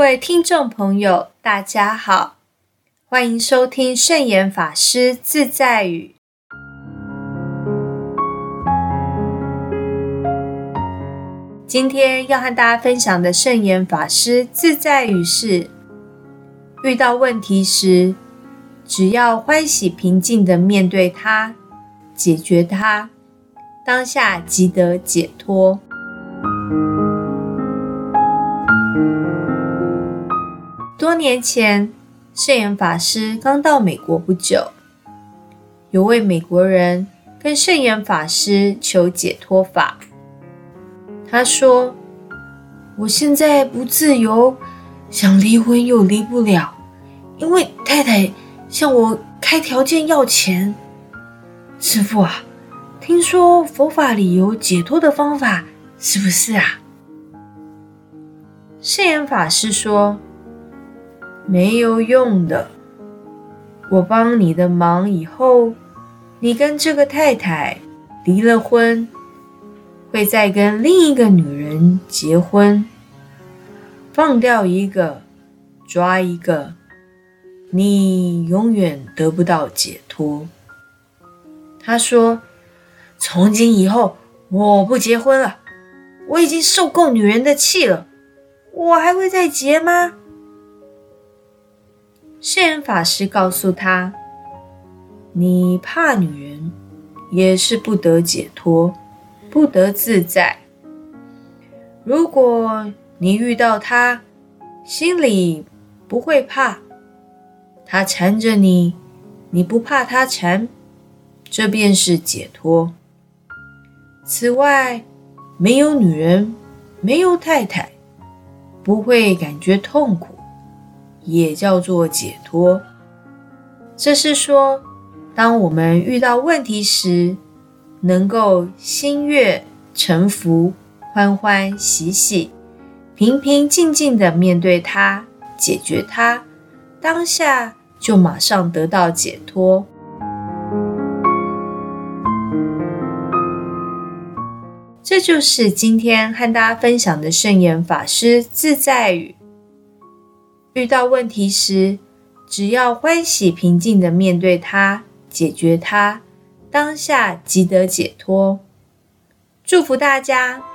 位听众朋友，大家好，欢迎收听圣严法师自在语。今天要和大家分享的圣严法师自在语是：遇到问题时，只要欢喜平静地面对它，解决它，当下即得解脱。多年前，圣严法师刚到美国不久，有位美国人跟圣严法师求解脱法。他说：我现在不自由，想离婚又离不了，因为太太向我开条件要钱。师父啊，听说佛法里有解脱的方法，是不是啊？圣严法师说：没有用的，我帮你的忙以后，你跟这个太太离了婚，会再跟另一个女人结婚，放掉一个，抓一个，你永远得不到解脱。他说：从今以后我不结婚了，我已经受够女人的气了，我还会再结吗？圣严法师告诉他：你怕女人，也是不得解脱，不得自在。如果你遇到她，心里不会怕，她缠着你，你不怕她缠，这便是解脱。此外，没有女人，没有太太，不会感觉痛苦，也叫做解脱。这是说，当我们遇到问题时，能够心悦诚服，欢欢喜喜，平平静静地面对它，解决它，当下就马上得到解脱。这就是今天和大家分享的圣严法师自在语。遇到问题时，只要欢喜平静地面对它，解决它，当下即得解脱。祝福大家！